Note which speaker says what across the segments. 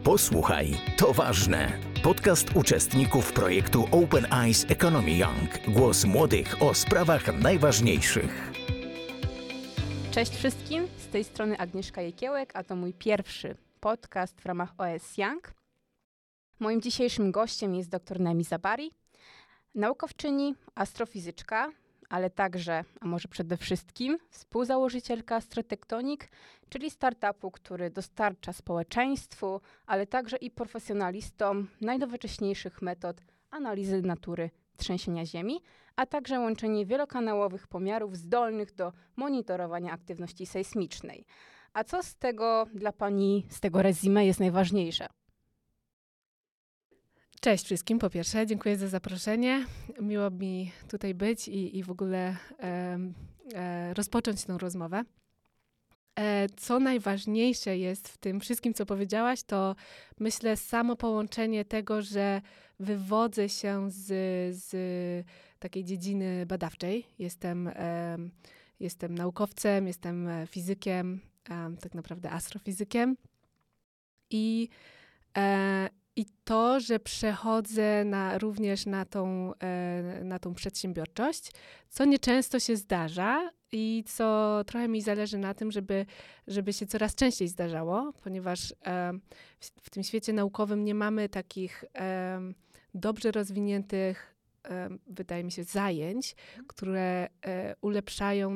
Speaker 1: Posłuchaj, to ważne. Podcast uczestników projektu Open Eyes Economy Young. Głos młodych o sprawach najważniejszych.
Speaker 2: Cześć wszystkim, z tej strony Agnieszka Jekiełek, a to mój pierwszy podcast w ramach OS Young. Moim dzisiejszym gościem jest dr Nemi Zabari, naukowczyni, astrofizyczka, ale także, a może przede wszystkim, współzałożycielka Astrotektonic, czyli startupu, który dostarcza społeczeństwu, ale także i profesjonalistom najnowocześniejszych metod analizy natury trzęsienia Ziemi, a także łączenie wielokanałowych pomiarów zdolnych do monitorowania aktywności sejsmicznej. A co z tego dla pani, z tego resume jest najważniejsze?
Speaker 3: Cześć wszystkim, po pierwsze, dziękuję za zaproszenie. Miło mi tutaj być i w ogóle rozpocząć tę rozmowę. Co najważniejsze jest w tym wszystkim, co powiedziałaś, to myślę samo połączenie tego, że wywodzę się z takiej dziedziny badawczej. Jestem naukowcem, jestem fizykiem, tak naprawdę astrofizykiem. I to, że przechodzę również na tą przedsiębiorczość, co nieczęsto się zdarza i co trochę mi zależy na tym, żeby się coraz częściej zdarzało, ponieważ w tym świecie naukowym nie mamy takich dobrze rozwiniętych, wydaje mi się, zajęć, które ulepszają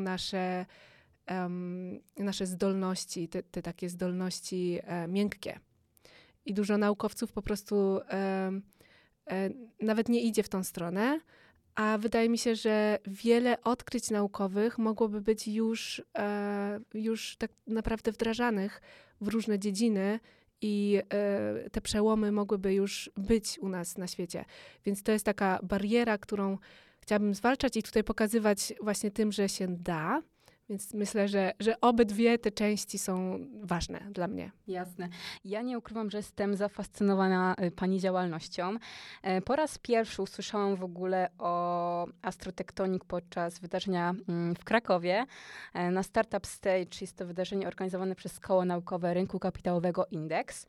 Speaker 3: nasze zdolności, te takie zdolności miękkie. I dużo naukowców po prostu nawet nie idzie w tą stronę, a wydaje mi się, że wiele odkryć naukowych mogłoby być już tak naprawdę wdrażanych w różne dziedziny i te przełomy mogłyby już być u nas na świecie. Więc to jest taka bariera, którą chciałabym zwalczać i tutaj pokazywać właśnie tym, że się da. Więc myślę, że obydwie te części są ważne dla mnie.
Speaker 2: Jasne. Ja nie ukrywam, że jestem zafascynowana pani działalnością. Po raz pierwszy usłyszałam w ogóle o Astrotektonic podczas wydarzenia w Krakowie. Na Startup Stage jest to wydarzenie organizowane przez Koło Naukowe Rynku Kapitałowego Indeks.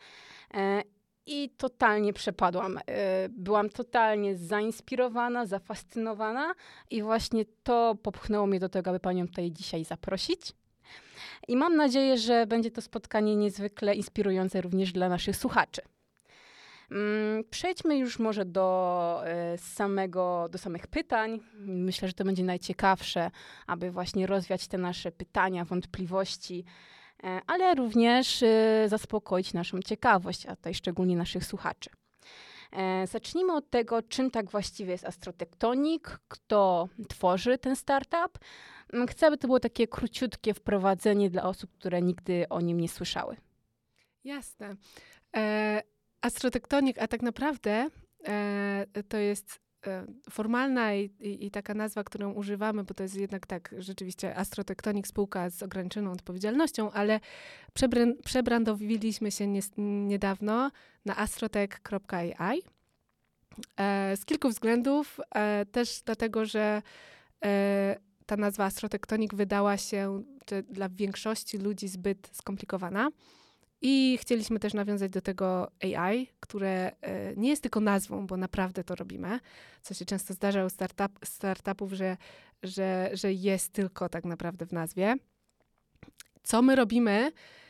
Speaker 2: I totalnie przepadłam. Byłam totalnie zainspirowana, zafascynowana i właśnie to popchnęło mnie do tego, aby panią tutaj dzisiaj zaprosić. I mam nadzieję, że będzie to spotkanie niezwykle inspirujące również dla naszych słuchaczy. Przejdźmy już może do samych pytań. Myślę, że to będzie najciekawsze, aby właśnie rozwiać te nasze pytania, wątpliwości, ale również zaspokoić naszą ciekawość, a tutaj szczególnie naszych słuchaczy. Zacznijmy od tego, czym tak właściwie jest Astrotektonic, kto tworzy ten startup. Chcę, aby to było takie króciutkie wprowadzenie dla osób, które nigdy o nim nie słyszały.
Speaker 3: Jasne. Astrotektonic, a tak naprawdę to jest formalna i taka nazwa, którą używamy, bo to jest jednak tak rzeczywiście Astrotektonic, spółka z ograniczoną odpowiedzialnością, ale przebrandowiliśmy się niedawno na astrotech.ai. Z kilku względów, też dlatego, że ta nazwa Astrotektonic wydała się dla większości ludzi zbyt skomplikowana. I chcieliśmy też nawiązać do tego AI, które nie jest tylko nazwą, bo naprawdę to robimy, co się często zdarza u startupów, że jest tylko tak naprawdę w nazwie. Co my robimy?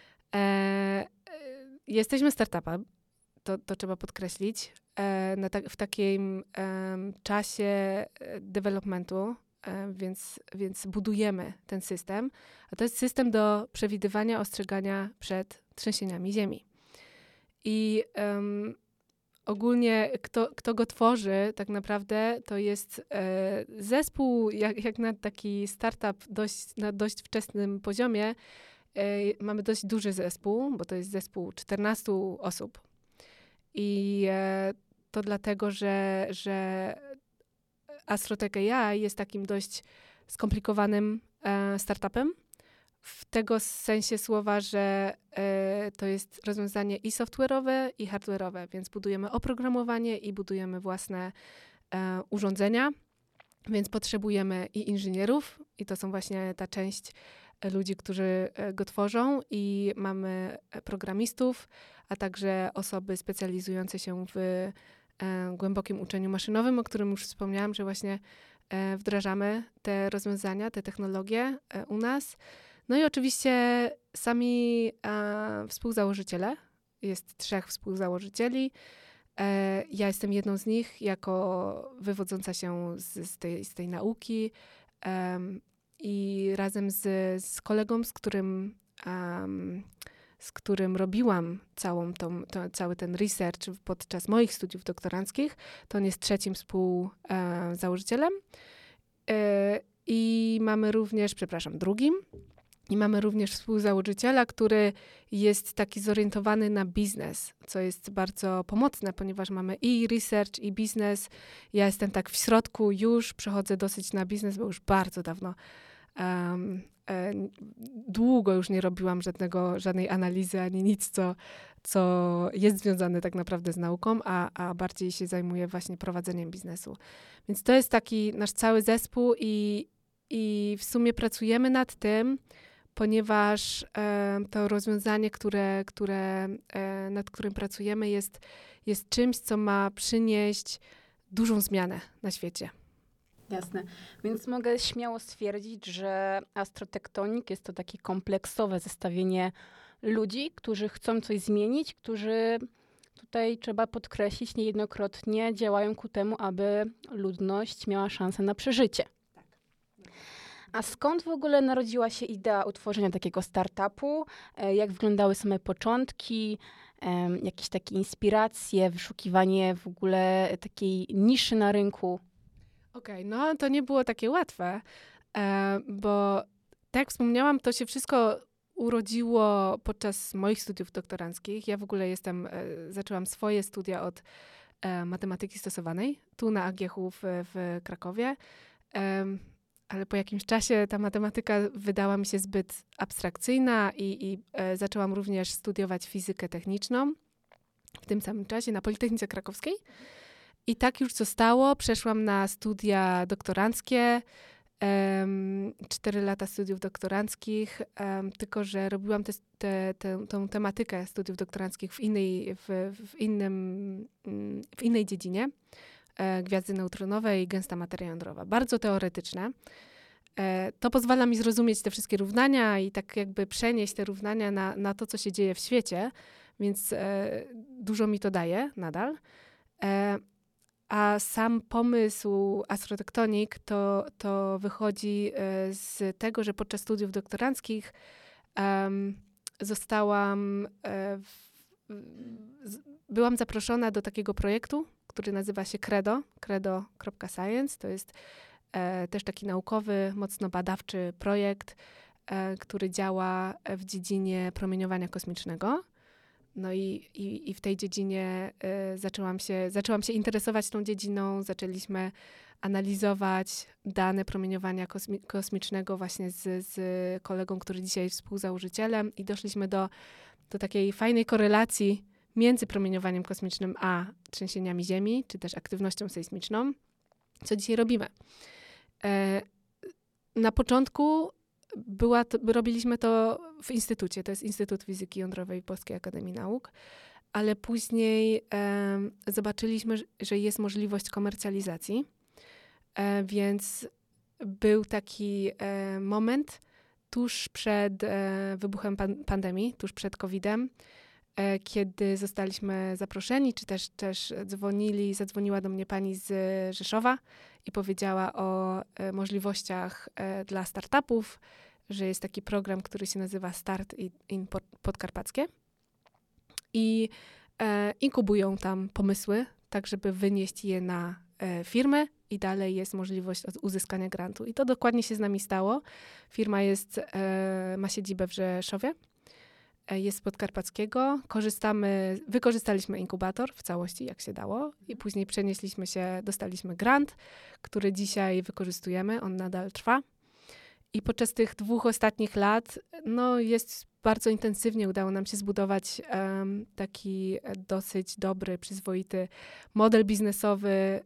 Speaker 3: Jesteśmy startupem, to trzeba podkreślić, w takim czasie developmentu, więc budujemy ten system, a to jest system do przewidywania, ostrzegania przed trzęsieniami Ziemi. I ogólnie kto go tworzy, tak naprawdę to jest zespół, jak na taki startup na dość wczesnym poziomie, mamy dość duży zespół, bo to jest zespół 14 osób. I to dlatego, że Astrotech AI jest takim dość skomplikowanym startupem, w tego sensie słowa, że to jest rozwiązanie i software'owe, i hardware'owe, więc budujemy oprogramowanie i budujemy własne urządzenia, więc potrzebujemy i inżynierów, i to są właśnie ta część ludzi, którzy go tworzą i mamy programistów, a także osoby specjalizujące się w głębokim uczeniu maszynowym, o którym już wspomniałam, że właśnie wdrażamy te rozwiązania, te technologie u nas. No i oczywiście sami współzałożyciele. Jest 3 współzałożycieli. Ja jestem jedną z nich, jako wywodząca się z tej nauki i razem z kolegą, z którym robiłam cały ten research podczas moich studiów doktoranckich, to on jest 3. współzałożycielem. I mamy również, drugim. I mamy również współzałożyciela, który jest taki zorientowany na biznes, co jest bardzo pomocne, ponieważ mamy i research, i biznes. Ja jestem tak w środku, już przechodzę dosyć na biznes, bo już bardzo dawno, długo już nie robiłam żadnej analizy, ani nic, co jest związane tak naprawdę z nauką, a bardziej się zajmuję właśnie prowadzeniem biznesu. Więc to jest taki nasz cały zespół i w sumie pracujemy nad tym, ponieważ to rozwiązanie, nad którym pracujemy, jest czymś, co ma przynieść dużą zmianę na świecie.
Speaker 2: Jasne. Więc mogę śmiało stwierdzić, że Astrotektonik jest to takie kompleksowe zestawienie ludzi, którzy chcą coś zmienić, którzy tutaj trzeba podkreślić niejednokrotnie działają ku temu, aby ludność miała szansę na przeżycie. A skąd w ogóle narodziła się idea utworzenia takiego startupu? Jak wyglądały same początki? Jakieś takie inspiracje, wyszukiwanie w ogóle takiej niszy na rynku?
Speaker 3: Okej, no to nie było takie łatwe, bo tak jak wspomniałam, to się wszystko urodziło podczas moich studiów doktoranckich. Ja w ogóle zaczęłam swoje studia od matematyki stosowanej, tu na AGH w Krakowie. Ale po jakimś czasie ta matematyka wydała mi się zbyt abstrakcyjna i zaczęłam również studiować fizykę techniczne w tym samym czasie na Politechnice Krakowskiej. I tak już zostało. Przeszłam na studia doktoranckie, 4 lata studiów doktoranckich, tylko że robiłam tą tematykę studiów doktoranckich w innej dziedzinie. Gwiazdy neutronowe i gęsta materia jądrowa. Bardzo teoretyczne. To pozwala mi zrozumieć te wszystkie równania i tak jakby przenieść te równania na to, co się dzieje w świecie, więc dużo mi to daje nadal. A sam pomysł Astrotektonik to wychodzi z tego, że podczas studiów doktoranckich byłam zaproszona do takiego projektu, który nazywa się credo.science. To jest też taki naukowy, mocno badawczy projekt, który działa w dziedzinie promieniowania kosmicznego. No i w tej dziedzinie zaczęłam się interesować tą dziedziną. Zaczęliśmy analizować dane promieniowania kosmicznego właśnie z kolegą, który dzisiaj jest współzałożycielem i doszliśmy do takiej fajnej korelacji między promieniowaniem kosmicznym a trzęsieniami Ziemi, czy też aktywnością sejsmiczną, co dzisiaj robimy. Na początku robiliśmy to w instytucie, to jest Instytut Fizyki Jądrowej Polskiej Akademii Nauk, ale później zobaczyliśmy, że jest możliwość komercjalizacji, więc był taki moment tuż przed wybuchem pandemii, tuż przed COVID-em, kiedy zostaliśmy zaproszeni, czy też zadzwoniła do mnie pani z Rzeszowa i powiedziała o możliwościach dla startupów, że jest taki program, który się nazywa Start in Podkarpackie i inkubują tam pomysły, tak żeby wynieść je na firmę i dalej jest możliwość uzyskania grantu. I to dokładnie się z nami stało. Firma ma siedzibę w Rzeszowie. Jest z Podkarpackiego. Wykorzystaliśmy inkubator w całości, jak się dało i później dostaliśmy grant, który dzisiaj wykorzystujemy, on nadal trwa. I podczas tych 2 ostatnich lat, jest bardzo intensywnie, udało nam się zbudować taki dosyć dobry, przyzwoity model biznesowy.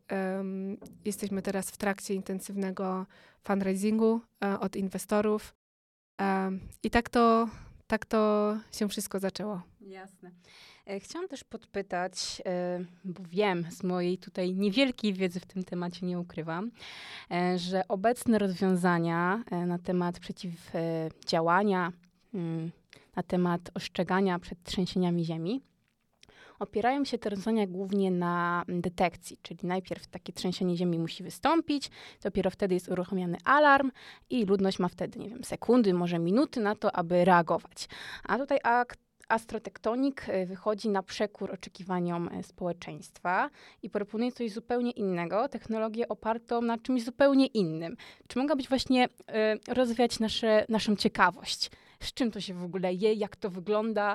Speaker 3: Jesteśmy teraz w trakcie intensywnego fundraisingu od inwestorów. I tak to się wszystko zaczęło.
Speaker 2: Jasne. Chciałam też podpytać, bo wiem z mojej tutaj niewielkiej wiedzy w tym temacie, nie ukrywam, że obecne rozwiązania na temat przeciwdziałania, na temat ostrzegania przed trzęsieniami ziemi, opierają się te rozwiązania głównie na detekcji, czyli najpierw takie trzęsienie ziemi musi wystąpić, dopiero wtedy jest uruchomiony alarm i ludność ma wtedy, nie wiem, sekundy, może minuty na to, aby reagować. A tutaj Astrotektonik wychodzi na przekór oczekiwaniom społeczeństwa i proponuje coś zupełnie innego, technologię opartą na czymś zupełnie innym. Czy mogłabyś właśnie rozwiać naszą ciekawość? Z czym to się w ogóle je, jak to wygląda?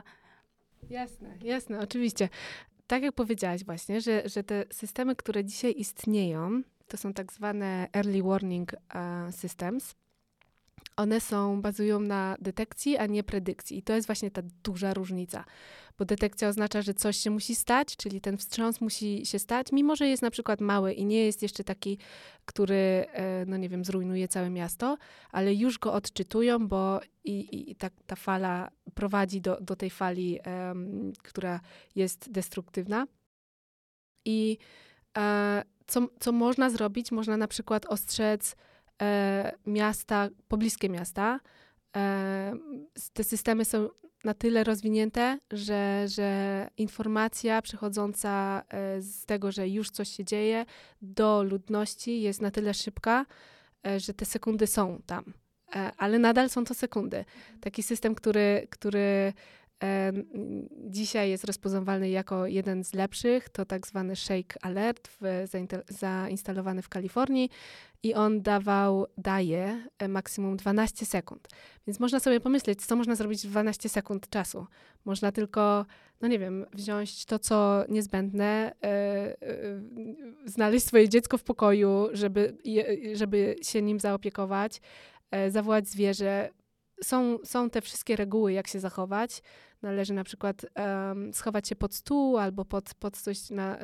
Speaker 3: Jasne, oczywiście. Tak jak powiedziałaś właśnie, że te systemy, które dzisiaj istnieją, to są tak zwane early warning systems. One bazują na detekcji, a nie predykcji. I to jest właśnie ta duża różnica. Bo detekcja oznacza, że coś się musi stać, czyli ten wstrząs musi się stać, mimo że jest na przykład mały i nie jest jeszcze taki, który, no nie wiem, zrujnuje całe miasto, ale już go odczytują, bo ta fala prowadzi do tej fali, która jest destruktywna. I co można zrobić? Można na przykład ostrzec miasta, pobliskie miasta. Te systemy są na tyle rozwinięte, że informacja przechodząca z tego, że już coś się dzieje, do ludności jest na tyle szybka, że te sekundy są tam. Ale nadal są to sekundy. Taki system, który dzisiaj jest rozpoznawalny jako jeden z lepszych, to tak zwany Shake Alert zainstalowany w Kalifornii i on daje maksimum 12 sekund. Więc można sobie pomyśleć, co można zrobić w 12 sekund czasu. Można tylko, no nie wiem, wziąć to, co niezbędne, znaleźć swoje dziecko w pokoju, żeby się nim zaopiekować, zawołać zwierzę. Są te wszystkie reguły, jak się zachować. Należy na przykład schować się pod stół albo pod coś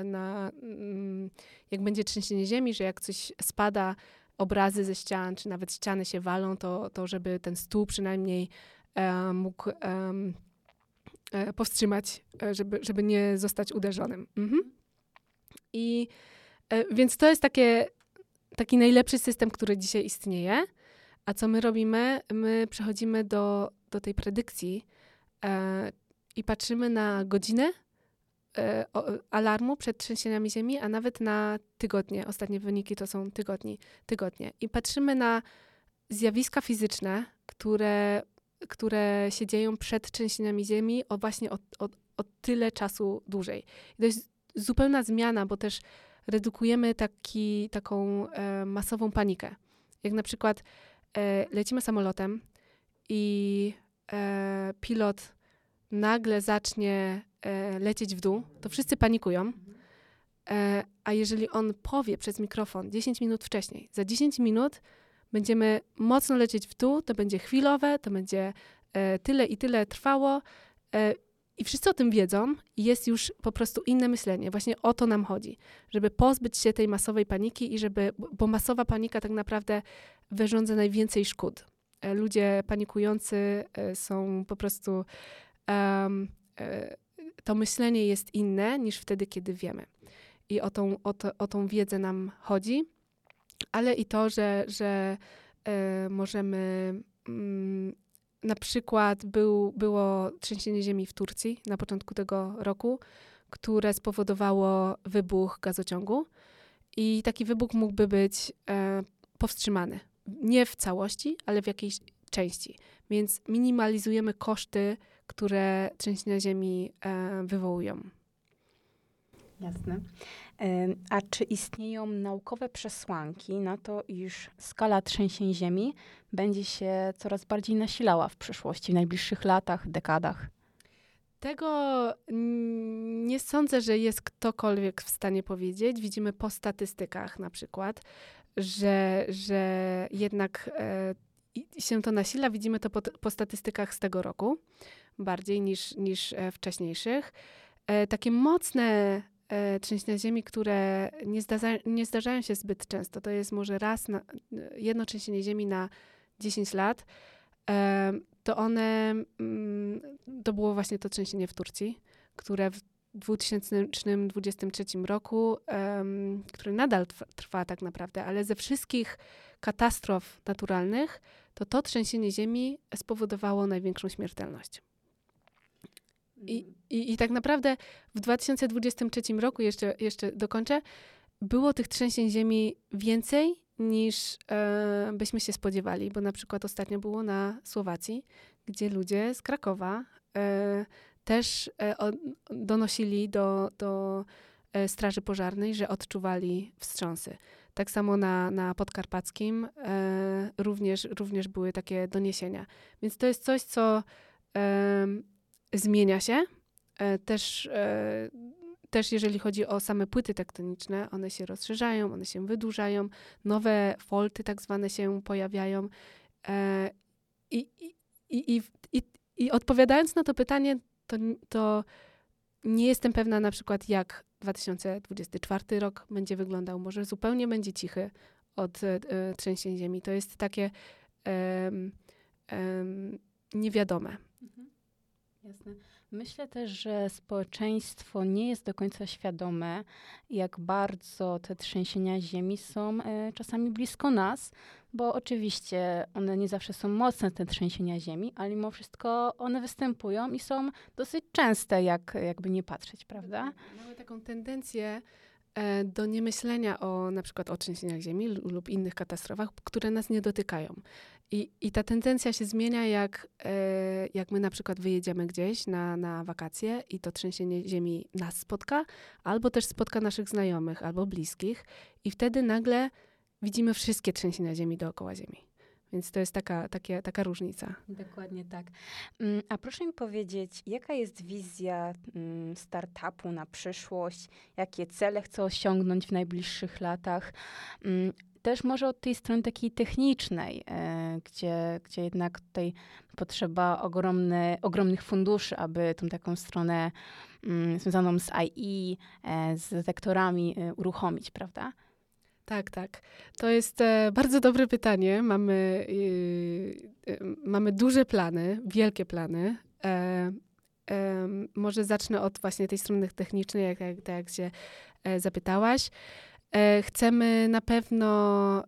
Speaker 3: jak będzie trzęsienie ziemi, że jak coś spada, obrazy ze ścian, czy nawet ściany się walą, to żeby ten stół przynajmniej mógł powstrzymać, żeby nie zostać uderzonym. I więc to jest taki najlepszy system, który dzisiaj istnieje. A co my robimy? My przechodzimy do tej predykcji i patrzymy na godziny alarmu przed trzęsieniami ziemi, a nawet na tygodnie. Ostatnie wyniki to są tygodnie. I patrzymy na zjawiska fizyczne, które się dzieją przed trzęsieniami ziemi właśnie o tyle czasu dłużej. I to jest zupełna zmiana, bo też redukujemy taką masową panikę. Jak na przykład lecimy samolotem i pilot nagle zacznie lecieć w dół, to wszyscy panikują. A jeżeli on powie przez mikrofon 10 minut wcześniej, za 10 minut będziemy mocno lecieć w dół, to będzie chwilowe, to będzie tyle i tyle trwało i wszyscy o tym wiedzą i jest już po prostu inne myślenie. Właśnie o to nam chodzi, żeby pozbyć się tej masowej paniki i bo masowa panika tak naprawdę wyrządza najwięcej szkód. Ludzie panikujący są po prostu, to myślenie jest inne niż wtedy, kiedy wiemy. I o tą wiedzę nam chodzi, ale i to, że możemy... Na przykład było trzęsienie ziemi w Turcji na początku tego roku, które spowodowało wybuch gazociągu i taki wybuch mógłby być powstrzymany. Nie w całości, ale w jakiejś części. Więc minimalizujemy koszty, które trzęsienia ziemi wywołują.
Speaker 2: Jasne. A czy istnieją naukowe przesłanki na to, iż skala trzęsień ziemi będzie się coraz bardziej nasilała w przyszłości, w najbliższych latach, dekadach?
Speaker 3: Tego nie sądzę, że jest ktokolwiek w stanie powiedzieć. Widzimy po statystykach na przykład, że jednak się to nasila. Widzimy to po statystykach z tego roku bardziej niż wcześniejszych. Takie mocne trzęsienia ziemi, które nie zdarzają się zbyt często. To jest może jedno trzęsienie ziemi na 10 lat. to było właśnie to trzęsienie w Turcji, które w 2023 roku, który nadal trwa tak naprawdę, ale ze wszystkich katastrof naturalnych, to trzęsienie ziemi spowodowało największą śmiertelność. I tak naprawdę w 2023 roku, jeszcze dokończę, było tych trzęsień ziemi więcej niż byśmy się spodziewali, bo na przykład ostatnio było na Słowacji, gdzie ludzie z Krakowa też donosili do Straży Pożarnej, że odczuwali wstrząsy. Tak samo na Podkarpackim również były takie doniesienia. Więc to jest coś, co zmienia się. Też jeżeli chodzi o same płyty tektoniczne, one się rozszerzają, one się wydłużają, nowe faulty tak zwane się pojawiają. I odpowiadając na to pytanie, to nie jestem pewna na przykład, jak 2024 rok będzie wyglądał. Może zupełnie będzie cichy od trzęsień ziemi. To jest takie niewiadome.
Speaker 2: Jasne. Myślę też, że społeczeństwo nie jest do końca świadome, jak bardzo te trzęsienia ziemi są czasami blisko nas, bo oczywiście one nie zawsze są mocne, te trzęsienia ziemi, ale mimo wszystko one występują i są dosyć częste, jakby nie patrzeć, prawda?
Speaker 3: Mamy taką tendencję do niemyślenia na przykład o trzęsieniach ziemi lub innych katastrofach, które nas nie dotykają. I ta tendencja się zmienia, jak my na przykład wyjedziemy gdzieś na wakacje i to trzęsienie ziemi nas spotka, albo też spotka naszych znajomych, albo bliskich. I wtedy nagle widzimy wszystkie trzęsienia ziemi dookoła Ziemi. Więc to jest taka różnica.
Speaker 2: Dokładnie tak. A proszę mi powiedzieć, jaka jest wizja startupu na przyszłość? Jakie cele chce osiągnąć w najbliższych latach? Też może od tej strony takiej technicznej, gdzie jednak tutaj potrzeba ogromnych funduszy, aby tą taką stronę związaną z AI, z detektorami uruchomić, prawda?
Speaker 3: Tak. To jest bardzo dobre pytanie. Mamy duże plany, wielkie plany. Może zacznę od właśnie tej strony technicznej, jak się zapytałaś. Chcemy na pewno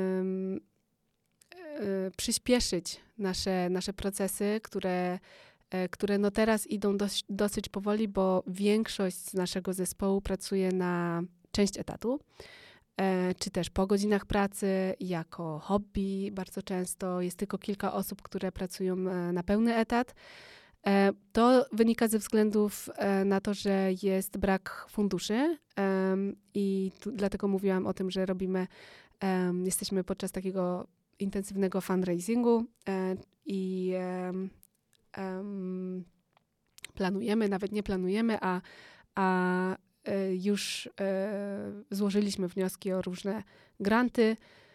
Speaker 3: przyspieszyć nasze procesy, które no teraz idą dosyć powoli, bo większość z naszego zespołu pracuje na część etatu, czy też po godzinach pracy, jako hobby bardzo często. Jest tylko kilka osób, które pracują na pełny etat. To wynika ze względów na to, że jest brak funduszy i dlatego mówiłam o tym, że jesteśmy podczas takiego intensywnego fundraisingu i planujemy, nawet nie planujemy, a już złożyliśmy wnioski o różne granty.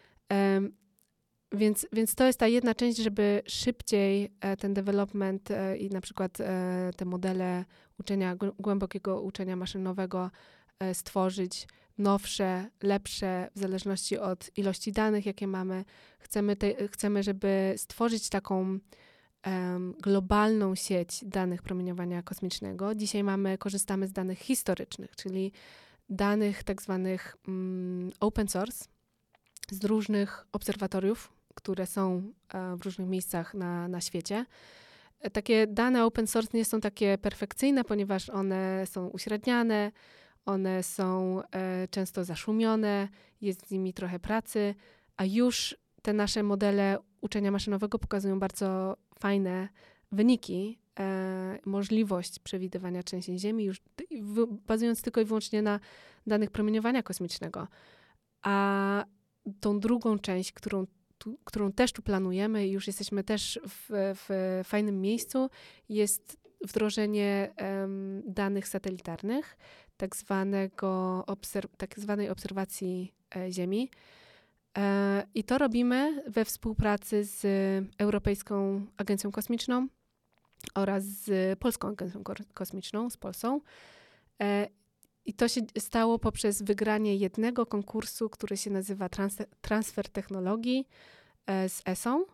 Speaker 3: Więc to jest ta jedna część, żeby szybciej ten development i na przykład te modele głębokiego uczenia maszynowego stworzyć, nowsze, lepsze, w zależności od ilości danych, jakie mamy. Chcemy, żeby stworzyć taką globalną sieć danych promieniowania kosmicznego. Dzisiaj korzystamy z danych historycznych, czyli danych tak zwanych open source z różnych obserwatoriów, które są w różnych miejscach na świecie. Takie dane open source nie są takie perfekcyjne, ponieważ one są uśredniane, one są często zaszumione, jest z nimi trochę pracy, a już te nasze modele uczenia maszynowego pokazują bardzo fajne wyniki, możliwość przewidywania trzęsień ziemi, już bazując tylko i wyłącznie na danych promieniowania kosmicznego. A tą drugą część, którą też tu planujemy i już jesteśmy też w fajnym miejscu, jest wdrożenie danych satelitarnych, tak zwanej obserwacji Ziemi. I to robimy we współpracy z Europejską Agencją Kosmiczną oraz z Polską Agencją Kosmiczną, z Polsą. I to się stało poprzez wygranie jednego konkursu, który się nazywa Transfer Technologii z ESO.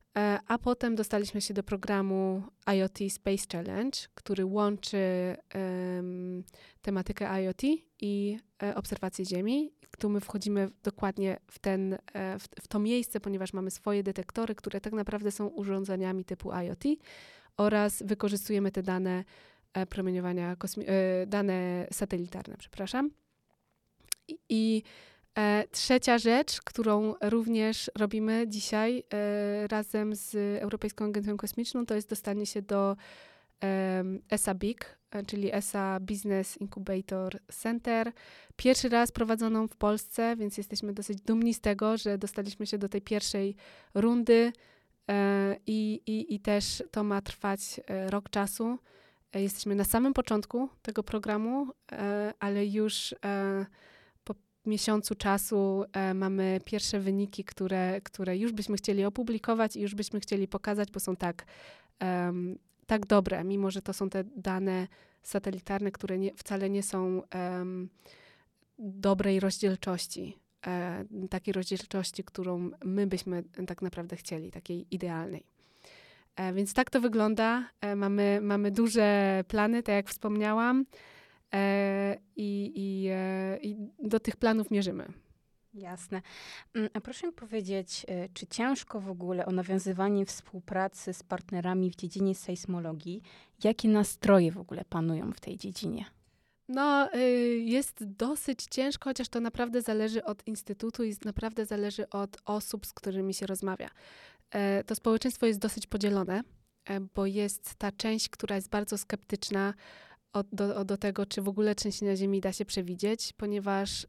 Speaker 3: A potem dostaliśmy się do programu IoT Space Challenge, który łączy tematykę IoT i obserwację Ziemi. Tu my wchodzimy dokładnie w to miejsce, ponieważ mamy swoje detektory, które tak naprawdę są urządzeniami typu IoT oraz wykorzystujemy te dane promieniowania, dane satelitarne, przepraszam. I trzecia rzecz, którą również robimy dzisiaj razem z Europejską Agencją Kosmiczną, to jest dostanie się do ESA BIC, czyli ESA Business Incubator Center. Pierwszy raz prowadzoną w Polsce, więc jesteśmy dosyć dumni z tego, że dostaliśmy się do tej pierwszej rundy i też to ma trwać rok czasu. Jesteśmy na samym początku tego programu, ale już po miesiącu czasu mamy pierwsze wyniki, które już byśmy chcieli opublikować i już byśmy chcieli pokazać, bo są tak dobre, mimo że to są te dane satelitarne, które wcale nie są dobrej rozdzielczości, takiej rozdzielczości, którą my byśmy tak naprawdę chcieli, takiej idealnej. Więc tak to wygląda. Mamy duże plany, tak jak wspomniałam, i do tych planów mierzymy.
Speaker 2: Jasne. A proszę mi powiedzieć, czy ciężko w ogóle o nawiązywanie współpracy z partnerami w dziedzinie sejsmologii? Jakie nastroje w ogóle panują w tej dziedzinie?
Speaker 3: Jest dosyć ciężko, chociaż to naprawdę zależy od instytutu i naprawdę zależy od osób, z którymi się rozmawia. To społeczeństwo jest dosyć podzielone, bo jest ta część, która jest bardzo sceptyczna do tego, czy w ogóle trzęsienia ziemi da się przewidzieć, ponieważ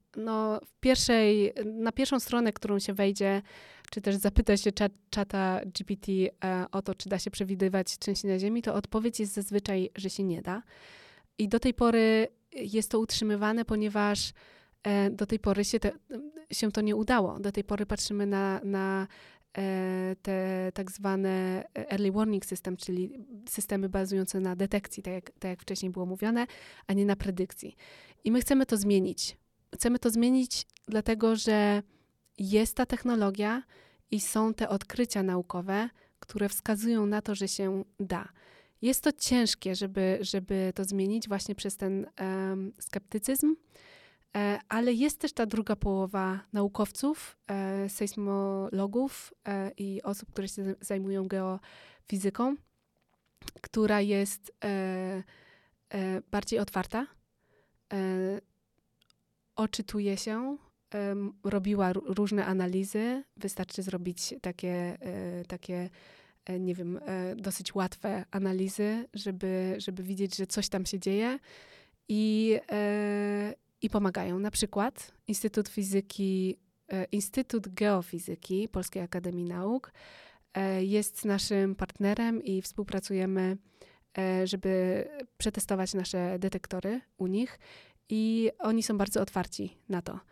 Speaker 3: na pierwszą stronę, którą się wejdzie, czy też zapyta się czata GPT o to, czy da się przewidywać trzęsienia ziemi, to odpowiedź jest zazwyczaj, że się nie da. I do tej pory jest to utrzymywane, ponieważ do tej pory się to nie udało. Do tej pory patrzymy na te tak zwane early warning system, czyli systemy bazujące na detekcji, tak jak wcześniej było mówione, a nie na predykcji. I my chcemy to zmienić. Chcemy to zmienić dlatego, że jest ta technologia i są te odkrycia naukowe, które wskazują na to, że się da. Jest to ciężkie, żeby to zmienić właśnie przez ten sceptycyzm, ale jest też ta druga połowa naukowców, sejsmologów i osób, które się zajmują geofizyką, która jest bardziej otwarta, oczytuje się, robiła różne analizy. Wystarczy zrobić takie nie wiem, dosyć łatwe analizy, żeby widzieć, że coś tam się dzieje i pomagają. Na przykład Instytut Geofizyki Polskiej Akademii Nauk jest naszym partnerem i współpracujemy, żeby przetestować nasze detektory u nich i oni są bardzo otwarci na to.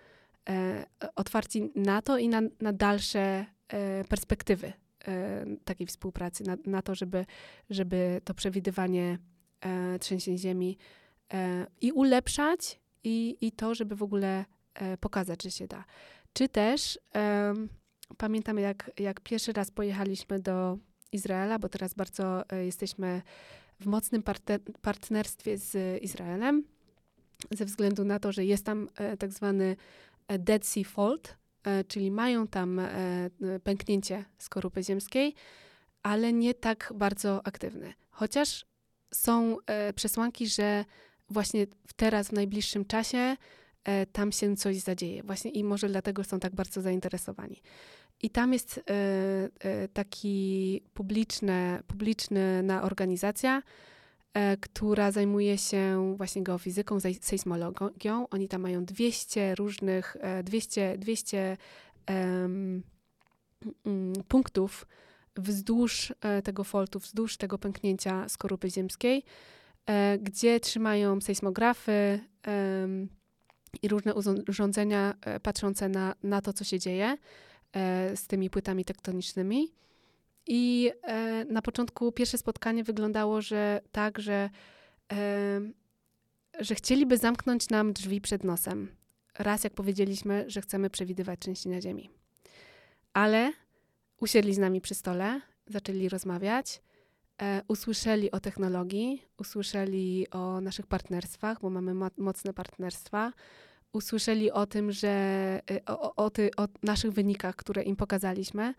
Speaker 3: I na dalsze perspektywy takiej współpracy, na to, żeby to przewidywanie trzęsień ziemi i ulepszać i to, żeby w ogóle pokazać, że się da. Czy też pamiętam, jak pierwszy raz pojechaliśmy do Izraela, bo teraz bardzo jesteśmy w mocnym partnerstwie z Izraelem, ze względu na to, że jest tam tak zwany Dead Sea Fault, czyli mają tam pęknięcie skorupy ziemskiej, ale nie tak bardzo aktywne. Chociaż są przesłanki, że właśnie teraz, w najbliższym czasie tam się coś zadzieje. Właśnie i może dlatego są tak bardzo zainteresowani. I tam jest taki publiczna organizacja, która zajmuje się właśnie geofizyką, sejsmologią. Oni tam mają 200 różnych, 200 punktów wzdłuż tego faultu, wzdłuż tego pęknięcia skorupy ziemskiej, gdzie trzymają sejsmografy i różne urządzenia patrzące na to, co się dzieje z tymi płytami tektonicznymi. I na początku pierwsze spotkanie wyglądało, że chcieliby zamknąć nam drzwi przed nosem. Raz jak powiedzieliśmy, że chcemy przewidywać trzęsienia ziemi. Ale usiedli z nami przy stole, zaczęli rozmawiać, usłyszeli o technologii, usłyszeli o naszych partnerstwach, bo mamy mocne partnerstwa, usłyszeli o tym, że o naszych wynikach, które im pokazaliśmy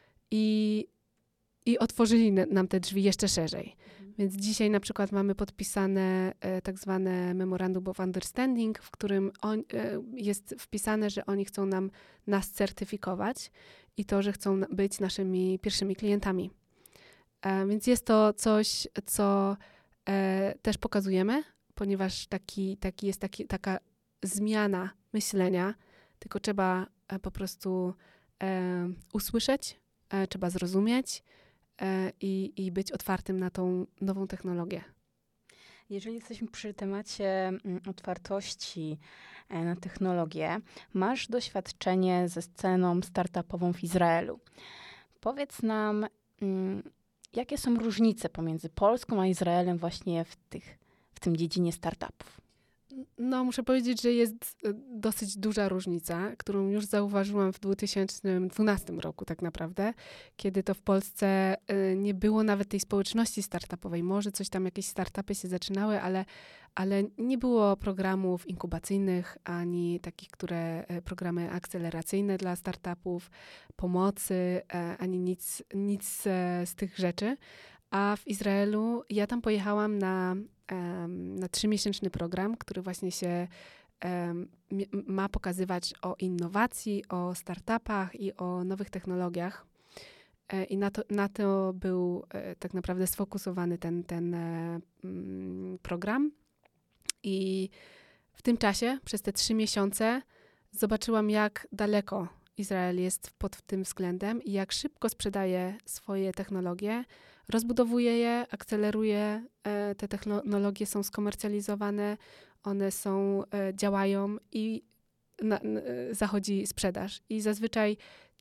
Speaker 3: i otworzyli nam te drzwi jeszcze szerzej. Więc dzisiaj na przykład mamy podpisane tak zwane Memorandum of Understanding, w którym jest wpisane, że oni chcą nas certyfikować i to, że chcą być naszymi pierwszymi klientami. Więc jest to coś, co też pokazujemy, ponieważ taka zmiana myślenia, tylko trzeba po prostu usłyszeć, trzeba zrozumieć i być otwartym na tą nową technologię.
Speaker 2: Jeżeli jesteśmy przy temacie otwartości na technologię, masz doświadczenie ze sceną startupową w Izraelu. Powiedz nam, jakie są różnice pomiędzy Polską a Izraelem właśnie w tym dziedzinie startupów?
Speaker 3: No, muszę powiedzieć, że jest dosyć duża różnica, którą już zauważyłam w 2012 roku tak naprawdę, kiedy to w Polsce nie było nawet tej społeczności startupowej. Może coś tam, jakieś startupy się zaczynały, ale nie było programów inkubacyjnych, ani takich, programy akceleracyjne dla startupów, pomocy, ani nic z tych rzeczy. A w Izraelu ja tam pojechałam na 3-miesięczny program, który właśnie się ma pokazywać o innowacji, o startupach i o nowych technologiach. I na to był tak naprawdę sfokusowany ten program. I w tym czasie, przez te 3 miesiące, zobaczyłam, jak daleko Izrael jest pod tym względem i jak szybko sprzedaje swoje technologie, rozbudowuje je, akceleruje, te technologie są skomercjalizowane, one działają i zachodzi sprzedaż. I zazwyczaj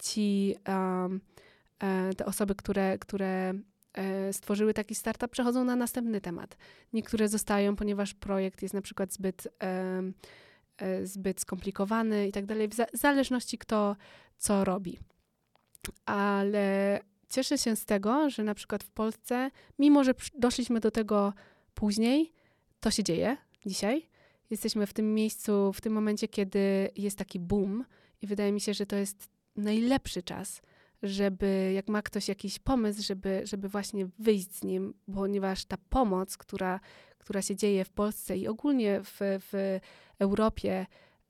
Speaker 3: te osoby, które stworzyły taki startup, przechodzą na następny temat. Niektóre zostają, ponieważ projekt jest na przykład zbyt skomplikowany i tak dalej, w zależności kto co robi. Ale cieszę się z tego, że na przykład w Polsce, mimo że doszliśmy do tego później, to się dzieje dzisiaj. Jesteśmy w tym miejscu, w tym momencie, kiedy jest taki boom i wydaje mi się, że to jest najlepszy czas, żeby, jak ma ktoś jakiś pomysł, żeby właśnie wyjść z nim, ponieważ ta pomoc, która się dzieje w Polsce i ogólnie w Europie,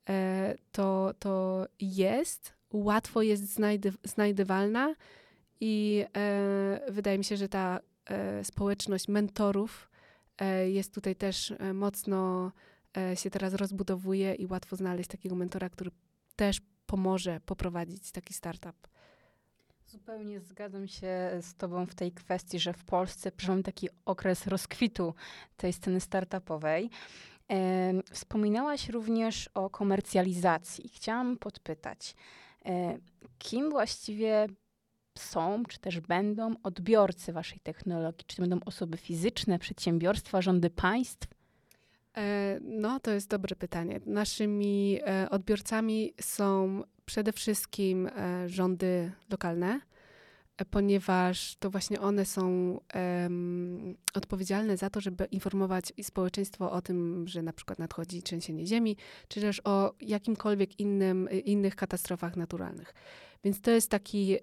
Speaker 3: to łatwo jest znajdywalna i wydaje mi się, że ta społeczność mentorów jest tutaj też mocno się teraz rozbudowuje i łatwo znaleźć takiego mentora, który też pomoże poprowadzić taki startup.
Speaker 2: Zupełnie zgadzam się z tobą w tej kwestii, że w Polsce przeżyłam taki okres rozkwitu tej sceny startupowej. Wspominałaś również o komercjalizacji. Chciałam podpytać, kim właściwie są, czy też będą odbiorcy waszej technologii? Czy to będą osoby fizyczne, przedsiębiorstwa, rządy państw?
Speaker 3: No, to jest dobre pytanie. Naszymi odbiorcami są przede wszystkim rządy lokalne, ponieważ to właśnie one są odpowiedzialne za to, żeby informować społeczeństwo o tym, że na przykład nadchodzi trzęsienie ziemi, czy też o jakimkolwiek innych katastrofach naturalnych. Więc to jest taki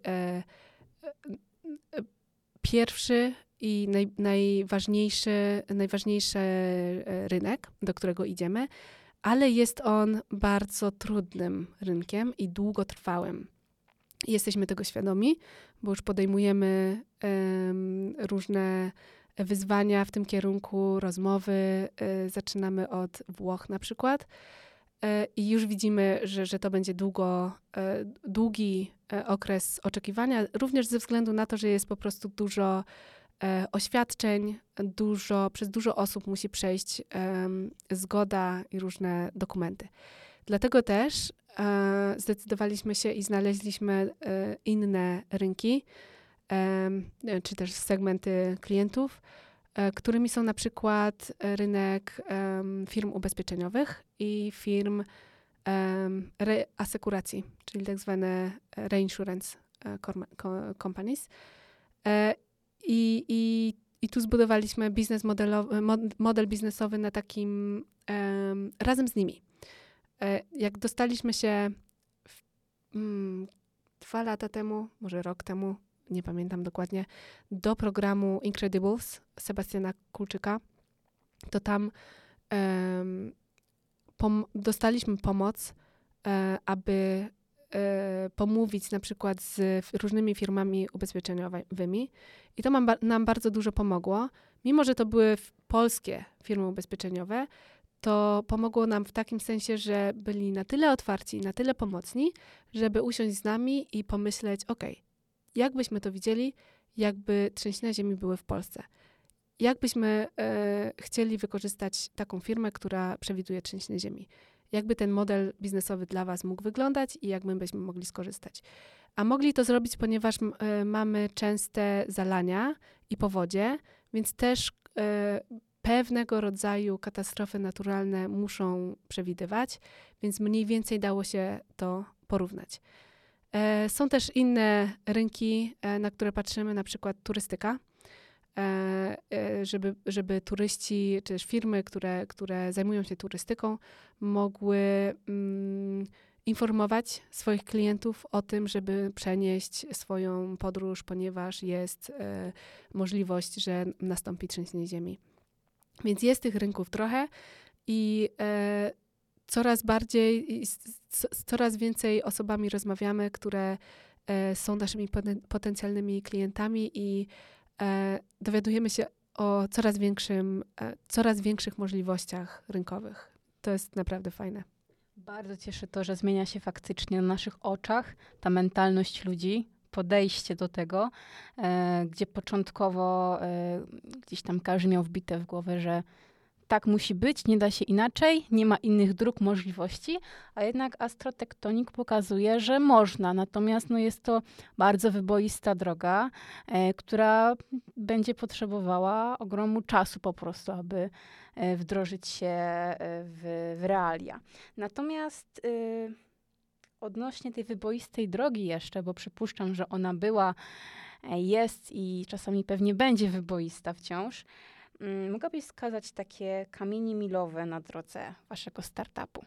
Speaker 3: pierwszy i najważniejszy rynek, do którego idziemy, ale jest on bardzo trudnym rynkiem i długotrwałym. Jesteśmy tego świadomi, bo już podejmujemy różne wyzwania w tym kierunku, rozmowy. Zaczynamy od Włoch na przykład i już widzimy, że to będzie długi okres oczekiwania, również ze względu na to, że jest po prostu dużo oświadczeń, przez dużo osób musi przejść zgoda i różne dokumenty. Dlatego też zdecydowaliśmy się i znaleźliśmy inne rynki, czy też segmenty klientów, którymi są na przykład rynek firm ubezpieczeniowych i firm reasekuracji, czyli tak zwane reinsurance companies. I tu zbudowaliśmy model biznesowy na takim razem z nimi. Jak dostaliśmy się 2 lata temu, może rok temu, nie pamiętam dokładnie, do programu Incredibles Sebastiana Kulczyka, to tam dostaliśmy pomoc, aby pomówić na przykład z różnymi firmami ubezpieczeniowymi i to nam bardzo dużo pomogło. Mimo że to były polskie firmy ubezpieczeniowe, to pomogło nam w takim sensie, że byli na tyle otwarci i na tyle pomocni, żeby usiąść z nami i pomyśleć, jak byśmy to widzieli, jakby trzęsienia ziemi były w Polsce. Jak byśmy chcieli wykorzystać taką firmę, która przewiduje trzęsienie ziemi. Jakby ten model biznesowy dla was mógł wyglądać i jak my byśmy mogli skorzystać. A mogli to zrobić, ponieważ mamy częste zalania i powodzie, więc też pewnego rodzaju katastrofy naturalne muszą przewidywać, więc mniej więcej dało się to porównać. Są też inne rynki, na które patrzymy, na przykład turystyka, żeby turyści, czy też firmy, które zajmują się turystyką, mogły informować swoich klientów o tym, żeby przenieść swoją podróż, ponieważ jest możliwość, że nastąpi trzęsienie ziemi. Więc jest tych rynków trochę i z coraz więcej osobami rozmawiamy, które są naszymi potencjalnymi klientami i dowiadujemy się o coraz większych możliwościach rynkowych. To jest naprawdę fajne.
Speaker 2: Bardzo cieszy to, że zmienia się faktycznie na naszych oczach ta mentalność ludzi, podejście do tego, gdzie początkowo gdzieś tam każdy miał wbite w głowę, że tak musi być, nie da się inaczej, nie ma innych dróg, możliwości, a jednak Astrotektonik pokazuje, że można. Natomiast jest to bardzo wyboista droga, która będzie potrzebowała ogromu czasu po prostu, aby wdrożyć się w realia. Natomiast odnośnie tej wyboistej drogi jeszcze, bo przypuszczam, że ona była, jest i czasami pewnie będzie wyboista wciąż, mogłabyś wskazać takie kamienie milowe na drodze waszego startupu?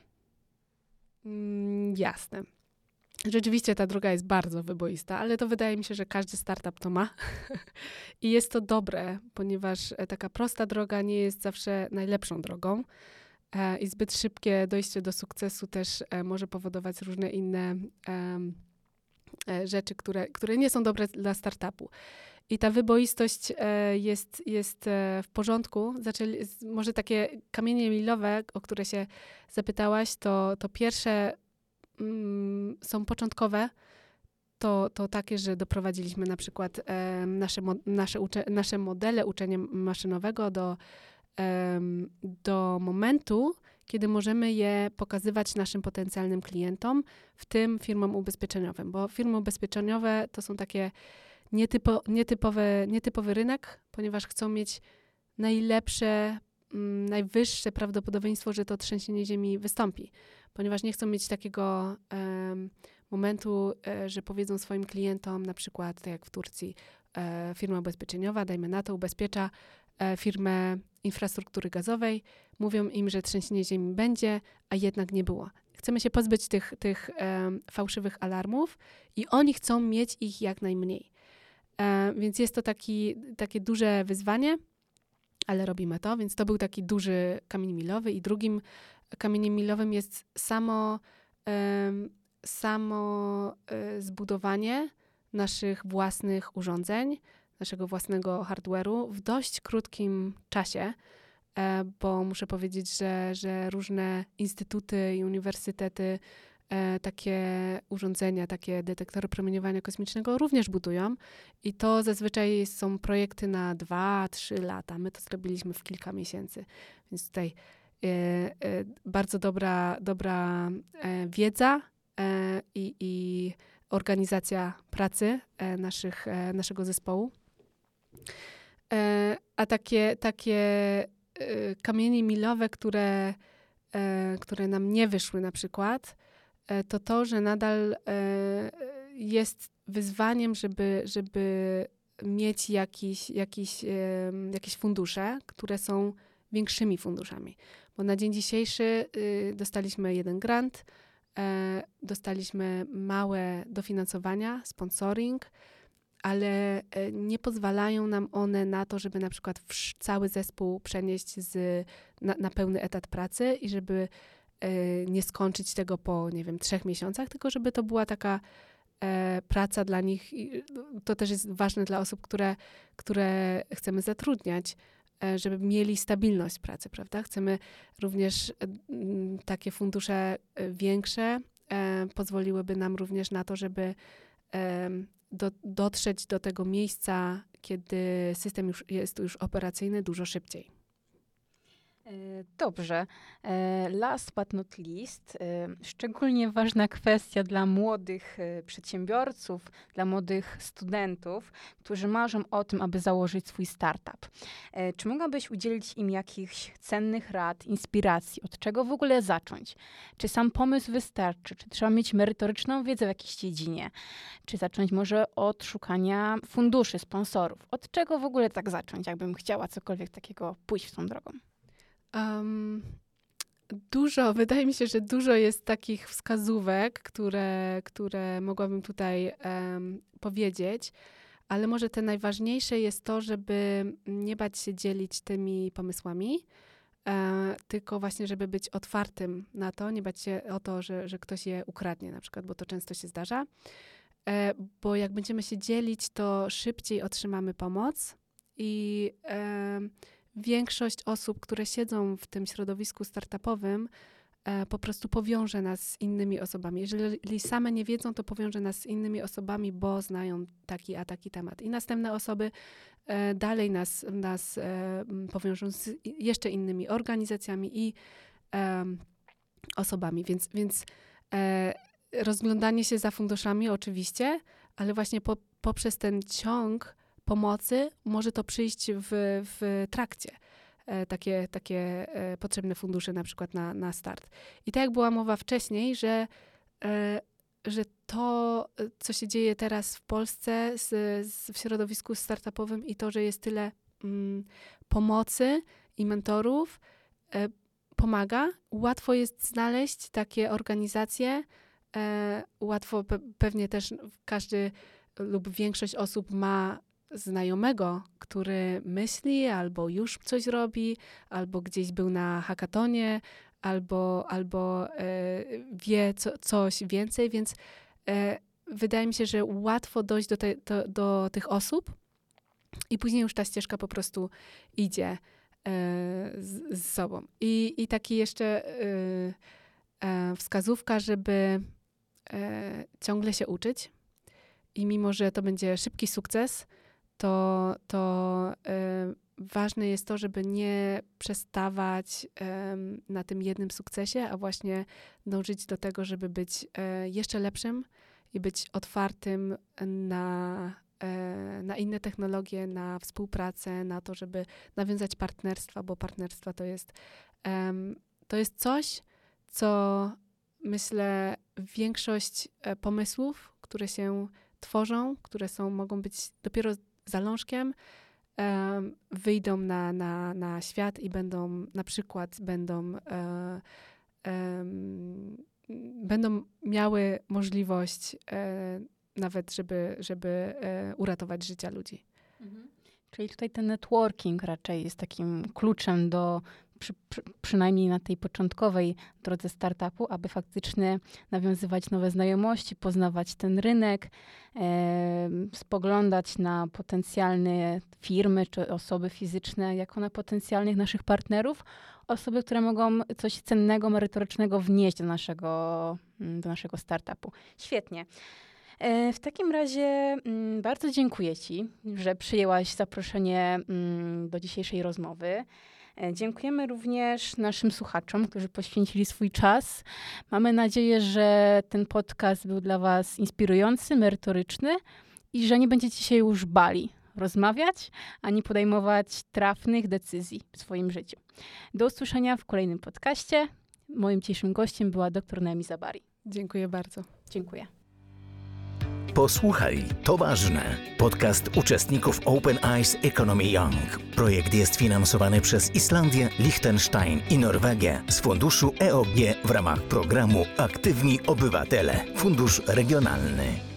Speaker 3: Jasne. Rzeczywiście ta droga jest bardzo wyboista, ale to wydaje mi się, że każdy startup to ma. I jest to dobre, ponieważ taka prosta droga nie jest zawsze najlepszą drogą. I zbyt szybkie dojście do sukcesu też może powodować różne inne rzeczy, które nie są dobre dla startupu. I ta wyboistość jest w porządku. Może takie kamienie milowe, o które się zapytałaś, to pierwsze są początkowe. To takie, że doprowadziliśmy na przykład nasze modele uczenia maszynowego do momentu, kiedy możemy je pokazywać naszym potencjalnym klientom, w tym firmom ubezpieczeniowym. Bo firmy ubezpieczeniowe to są takie nietypowy rynek, ponieważ chcą mieć najwyższe prawdopodobieństwo, że to trzęsienie ziemi wystąpi. Ponieważ nie chcą mieć takiego momentu, że powiedzą swoim klientom, na przykład, tak jak w Turcji, firma ubezpieczeniowa, dajmy na to, ubezpiecza firmę infrastruktury gazowej, mówią im, że trzęsienie ziemi będzie, a jednak nie było. Chcemy się pozbyć tych fałszywych alarmów i oni chcą mieć ich jak najmniej. Więc jest to takie duże wyzwanie, ale robimy to, więc to był taki duży kamień milowy i drugim kamieniem milowym jest samo zbudowanie naszych własnych urządzeń, naszego własnego hardware'u w dość krótkim czasie, bo muszę powiedzieć, że różne instytuty i uniwersytety takie urządzenia, takie detektory promieniowania kosmicznego również budują i to zazwyczaj są projekty na 2-3 lata. My to zrobiliśmy w kilka miesięcy, więc tutaj bardzo dobra wiedza i organizacja pracy naszego zespołu. A takie kamienie milowe, które nam nie wyszły na przykład, to, że nadal jest wyzwaniem, żeby mieć jakieś fundusze, które są większymi funduszami. Bo na dzień dzisiejszy dostaliśmy jeden grant, dostaliśmy małe dofinansowania, sponsoring, ale nie pozwalają nam one na to, żeby na przykład cały zespół przenieść na pełny etat pracy i żeby nie skończyć tego po, 3 miesiącach, tylko żeby to była taka praca dla nich. To też jest ważne dla osób, które chcemy zatrudniać, żeby mieli stabilność pracy, prawda? Chcemy również takie fundusze większe pozwoliłyby nam również na to, żeby dotrzeć do tego miejsca, kiedy system jest już operacyjny dużo szybciej.
Speaker 2: Dobrze. Last but not least, szczególnie ważna kwestia dla młodych przedsiębiorców, dla młodych studentów, którzy marzą o tym, aby założyć swój startup. Czy mogłabyś udzielić im jakichś cennych rad, inspiracji, od czego w ogóle zacząć? Czy sam pomysł wystarczy? Czy trzeba mieć merytoryczną wiedzę w jakiejś dziedzinie? Czy zacząć może od szukania funduszy, sponsorów? Od czego w ogóle tak zacząć, jakbym chciała cokolwiek takiego pójść w tą drogą?
Speaker 3: Wydaje mi się, że dużo jest takich wskazówek, które mogłabym tutaj powiedzieć, ale może te najważniejsze jest to, żeby nie bać się dzielić tymi pomysłami, tylko właśnie, żeby być otwartym na to, nie bać się o to, że ktoś je ukradnie na przykład, bo to często się zdarza, bo jak będziemy się dzielić, to szybciej otrzymamy pomoc i większość osób, które siedzą w tym środowisku startupowym, po prostu powiąże nas z innymi osobami. Jeżeli same nie wiedzą, to powiąże nas z innymi osobami, bo znają taki a taki temat. I następne osoby dalej nas powiążą z jeszcze innymi organizacjami i osobami. Więc rozglądanie się za funduszami oczywiście, ale właśnie poprzez ten ciąg pomocy może to przyjść w trakcie. Takie potrzebne fundusze na przykład na start. I tak jak była mowa wcześniej, że to, co się dzieje teraz w Polsce w środowisku startupowym i to, że jest tyle pomocy i mentorów, pomaga. Łatwo jest znaleźć takie organizacje. Łatwo pewnie też każdy lub większość osób ma znajomego, który myśli, albo już coś robi, albo gdzieś był na hackatonie, albo wie coś więcej, więc wydaje mi się, że łatwo dojść do tych osób i później już ta ścieżka po prostu idzie z sobą. I taki jeszcze wskazówka, żeby ciągle się uczyć i mimo, że to będzie szybki sukces, to ważne jest to, żeby nie przestawać na tym jednym sukcesie, a właśnie dążyć do tego, żeby być jeszcze lepszym i być otwartym na inne technologie, na współpracę, na to, żeby nawiązać partnerstwa, bo partnerstwa to jest coś, co myślę większość pomysłów, które się tworzą, które mogą być dopiero zalążkiem, wyjdą na świat i będą miały możliwość nawet, żeby uratować życia ludzi.
Speaker 2: Mhm. Czyli tutaj ten networking raczej jest takim kluczem do przynajmniej na tej początkowej drodze startupu, aby faktycznie nawiązywać nowe znajomości, poznawać ten rynek, spoglądać na potencjalne firmy czy osoby fizyczne jako na potencjalnych naszych partnerów, osoby, które mogą coś cennego, merytorycznego wnieść do naszego startupu. Świetnie. W takim razie bardzo dziękuję Ci, że przyjęłaś zaproszenie do dzisiejszej rozmowy. Dziękujemy również naszym słuchaczom, którzy poświęcili swój czas. Mamy nadzieję, że ten podcast był dla Was inspirujący, merytoryczny i że nie będziecie się już bali rozmawiać, ani podejmować trafnych decyzji w swoim życiu. Do usłyszenia w kolejnym podcaście. Moim dzisiejszym gościem była dr Noemi Zabari.
Speaker 3: Dziękuję bardzo.
Speaker 2: Dziękuję.
Speaker 1: Posłuchaj, to ważne. Podcast uczestników Open Eyes Economy Young. Projekt jest finansowany przez Islandię, Liechtenstein i Norwegię z funduszu EOG w ramach programu Aktywni Obywatele, Fundusz Regionalny.